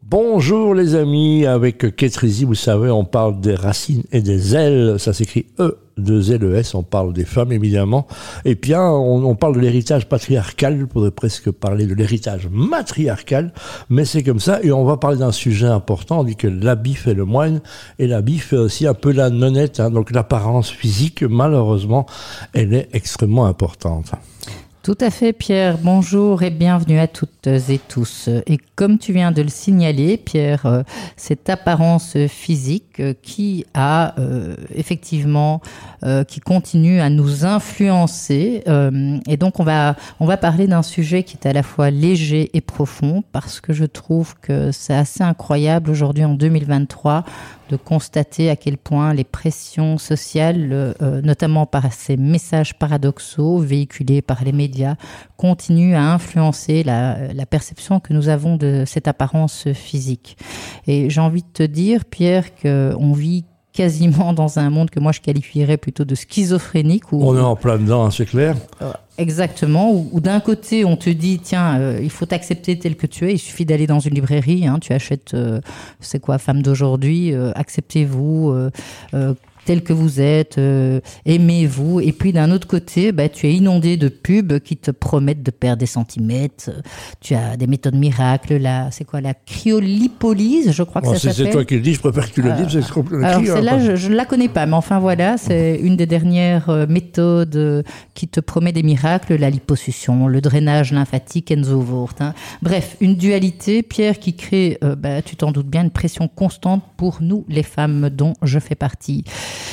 Bonjour les amis, avec Kétrézy, vous savez, on parle des racines et des ailes, ça s'écrit E2LES, on parle des femmes évidemment, et puis on parle de l'héritage patriarcal, je pourrais presque parler de l'héritage matriarcal, mais c'est comme ça, et on va parler d'un sujet important, on dit que l'habit fait le moine, et l'habit fait aussi un peu la nonnette, donc l'apparence physique, malheureusement, elle est extrêmement importante. Tout à fait, Pierre. Bonjour et bienvenue à toutes et tous. Et comme tu viens de le signaler, Pierre, cette apparence physique qui a effectivement, qui continue à nous influencer. Et donc on va parler d'un sujet qui est à la fois léger et profond, parce que je trouve que c'est assez incroyable aujourd'hui en 2023 de constater à quel point les pressions sociales, notamment par ces messages paradoxaux véhiculés par les médias, continuent à influencer la perception que nous avons de cette apparence physique. Et j'ai envie de te dire, Pierre, qu'on vit quasiment dans un monde que moi je qualifierais plutôt de schizophrénique. On est en plein dedans, c'est clair. Exactement, où d'un côté on te dit tiens, il faut t'accepter tel que tu es, il suffit d'aller dans une librairie, tu achètes, c'est quoi, Femme d'aujourd'hui, acceptez-vous tel que vous êtes, aimez-vous, et puis d'un autre côté, tu es inondé de pubs qui te promettent de perdre des centimètres, tu as des méthodes miracles, la cryolipolyse, je crois que ça s'appelle. C'est toi qui le dis, je préfère que tu le dises, c'est compliqué. Alors celle-là, je ne la connais pas, mais enfin voilà, c'est une des dernières méthodes qui te promet des miracles, la liposuction, le drainage lymphatique, and so forth. Bref, une dualité, Pierre, qui crée, tu t'en doutes bien, une pression constante pour nous, les femmes dont je fais partie.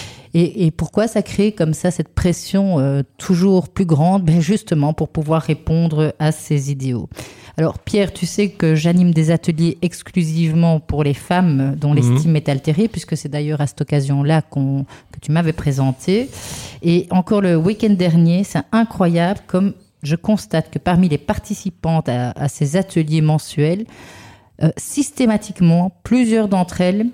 Et pourquoi ça crée comme ça cette pression toujours plus grande? Justement pour pouvoir répondre à ces idéaux. Alors Pierre, tu sais que j'anime des ateliers exclusivement pour les femmes dont l'estime est altérée, puisque c'est d'ailleurs à cette occasion-là que tu m'avais présenté. Et encore le week-end dernier, c'est incroyable comme je constate que parmi les participantes à ces ateliers mensuels, systématiquement, plusieurs d'entre elles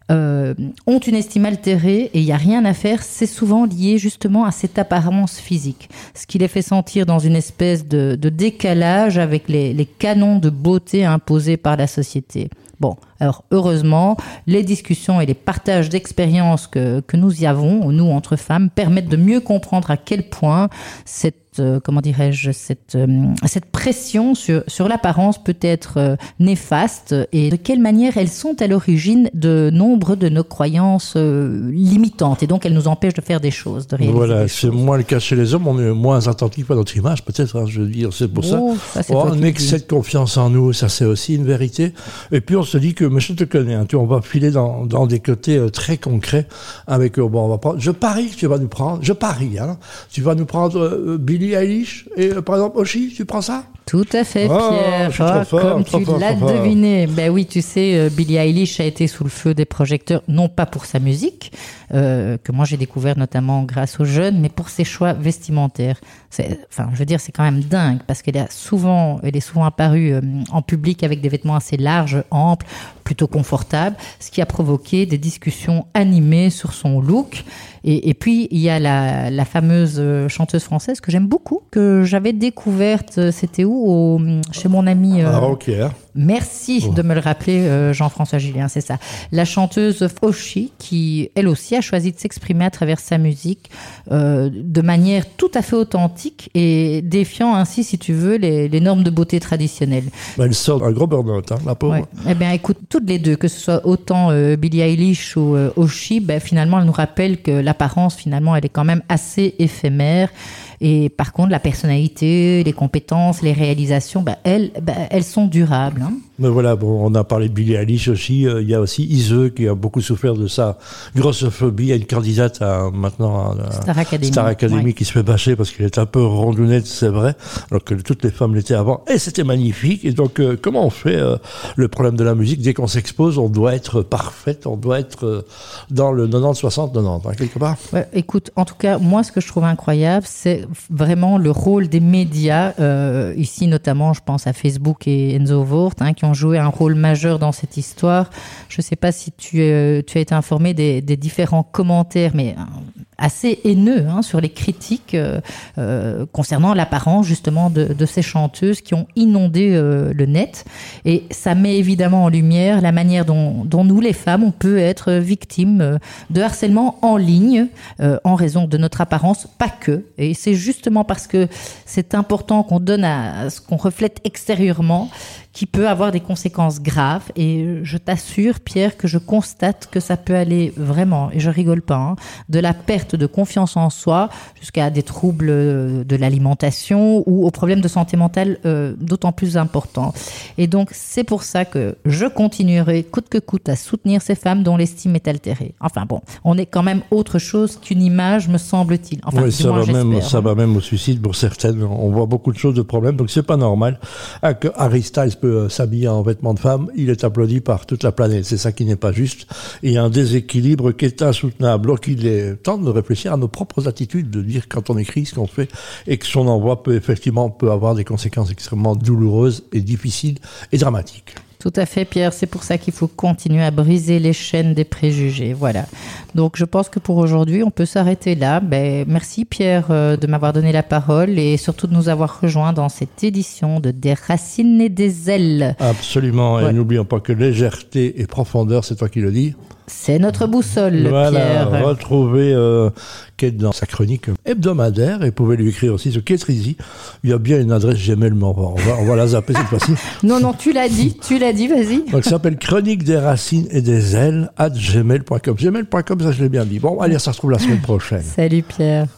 ont une estime altérée et il n'y a rien à faire, c'est souvent lié justement à cette apparence physique, ce qui les fait sentir dans une espèce de décalage avec les canons de beauté imposés par la société. Bon, alors heureusement, les discussions et les partages d'expériences que nous y avons, nous entre femmes, permettent de mieux comprendre à quel point cette pression sur l'apparence peut être néfaste et de quelle manière elles sont à l'origine de nombre de nos croyances limitantes et donc elles nous empêchent de faire des choses, de réaliser des c'est choses. moins le cas chez les hommes, on est moins attentif à notre image peut-être, je veux dire, c'est pour ça. Un excès de confiance en nous, ça c'est aussi une vérité. Et puis on se dit que, mais je te connais, on va filer dans des côtés très concrets avec, on va prendre, je parie que tu vas nous prendre, tu vas nous prendre Billie Eilish et par exemple Oshi, tu prends ça? Tout à fait, Pierre. Comme tu l'as deviné. Ben oui, tu sais, Billie Eilish a été sous le feu des projecteurs, non pas pour sa musique, que moi j'ai découvert notamment grâce aux jeunes, mais pour ses choix vestimentaires. C'est quand même dingue, parce qu'elle est souvent apparue en public avec des vêtements assez larges, amples, plutôt confortables, ce qui a provoqué des discussions animées sur son look. Et puis, il y a la fameuse chanteuse française que j'aime beaucoup, que j'avais découverte, c'était où? Chez mon ami... Roquière. Merci de me le rappeler, Jean-François Julien, c'est ça. La chanteuse Oshi, qui, elle aussi, a choisi de s'exprimer à travers sa musique de manière tout à fait authentique et défiant ainsi, si tu veux, les normes de beauté traditionnelles. Elle sort un gros burn-out, la pauvre. Ouais. Eh bien, écoute, toutes les deux, que ce soit autant Billie Eilish ou Oshi, finalement, elle nous rappelle que l'apparence, finalement, elle est quand même assez éphémère. Et par contre, la personnalité, les compétences, les réalisations, elles sont durables. Mais voilà, on a parlé de Billie Eilish aussi. Il y a aussi Ise qui a beaucoup souffert de sa grossophobie. Il y a une candidate à Star Academy qui se fait bâcher parce qu'elle est un peu rondounette, c'est vrai, alors que toutes les femmes l'étaient avant. Et c'était magnifique. Et donc, comment on fait le problème de la musique? Dès qu'on s'expose, on doit être parfaite, on doit être dans le 90-60-90, quelque part. Ouais, écoute, en tout cas, moi, ce que je trouve incroyable, c'est vraiment le rôle des médias, ici notamment, je pense à Facebook et Enzo Vort, qui ont joué un rôle majeur dans cette histoire. Je ne sais pas si tu as été informé des différents commentaires, mais assez haineux sur les critiques concernant l'apparence justement de ces chanteuses qui ont inondé le net. Et ça met évidemment en lumière la manière dont nous, les femmes, on peut être victimes de harcèlement en ligne en raison de notre apparence, pas que. Et c'est justement parce que c'est important qu'on donne à ce qu'on reflète extérieurement qui peut avoir des conséquences graves. Et je t'assure, Pierre, que je constate que ça peut aller vraiment, et je rigole pas, de la perte de confiance en soi jusqu'à des troubles de l'alimentation ou aux problèmes de santé mentale d'autant plus importants. Et donc, c'est pour ça que je continuerai coûte que coûte à soutenir ces femmes dont l'estime est altérée. Enfin bon, on est quand même autre chose qu'une image, me semble-t-il. Enfin, oui, du moins, j'espère. Ça va même au suicide pour certaines. On voit beaucoup de choses, de problèmes, donc c'est pas normal que Harry Styles peut s'habiller en vêtements de femme. Il est applaudi par toute la planète. C'est ça qui n'est pas juste. Il y a un déséquilibre qui est insoutenable. Donc il est temps de réfléchir à nos propres attitudes, de dire quand on écrit ce qu'on fait et que son envoi peut avoir des conséquences extrêmement douloureuses et difficiles et dramatiques. Tout à fait, Pierre. C'est pour ça qu'il faut continuer à briser les chaînes des préjugés. Voilà. Donc, je pense que pour aujourd'hui, on peut s'arrêter là. Merci, Pierre, de m'avoir donné la parole et surtout de nous avoir rejoints dans cette édition de Des racines et des ailes. Absolument. Ouais. Et n'oublions pas que légèreté et profondeur, c'est toi qui le dis. C'est notre boussole, voilà, Pierre. Retrouvez Kate dans sa chronique hebdomadaire et vous pouvez lui écrire aussi sur Kate Rizzi. Il y a bien une adresse Gmail, mais on va la zapper cette fois-ci. Non, tu l'as dit, vas-y. Donc ça s'appelle Chronique des racines et des ailes @ gmail.com. Gmail.com, ça je l'ai bien dit. Bon, allez, ça se retrouve la semaine prochaine. Salut Pierre.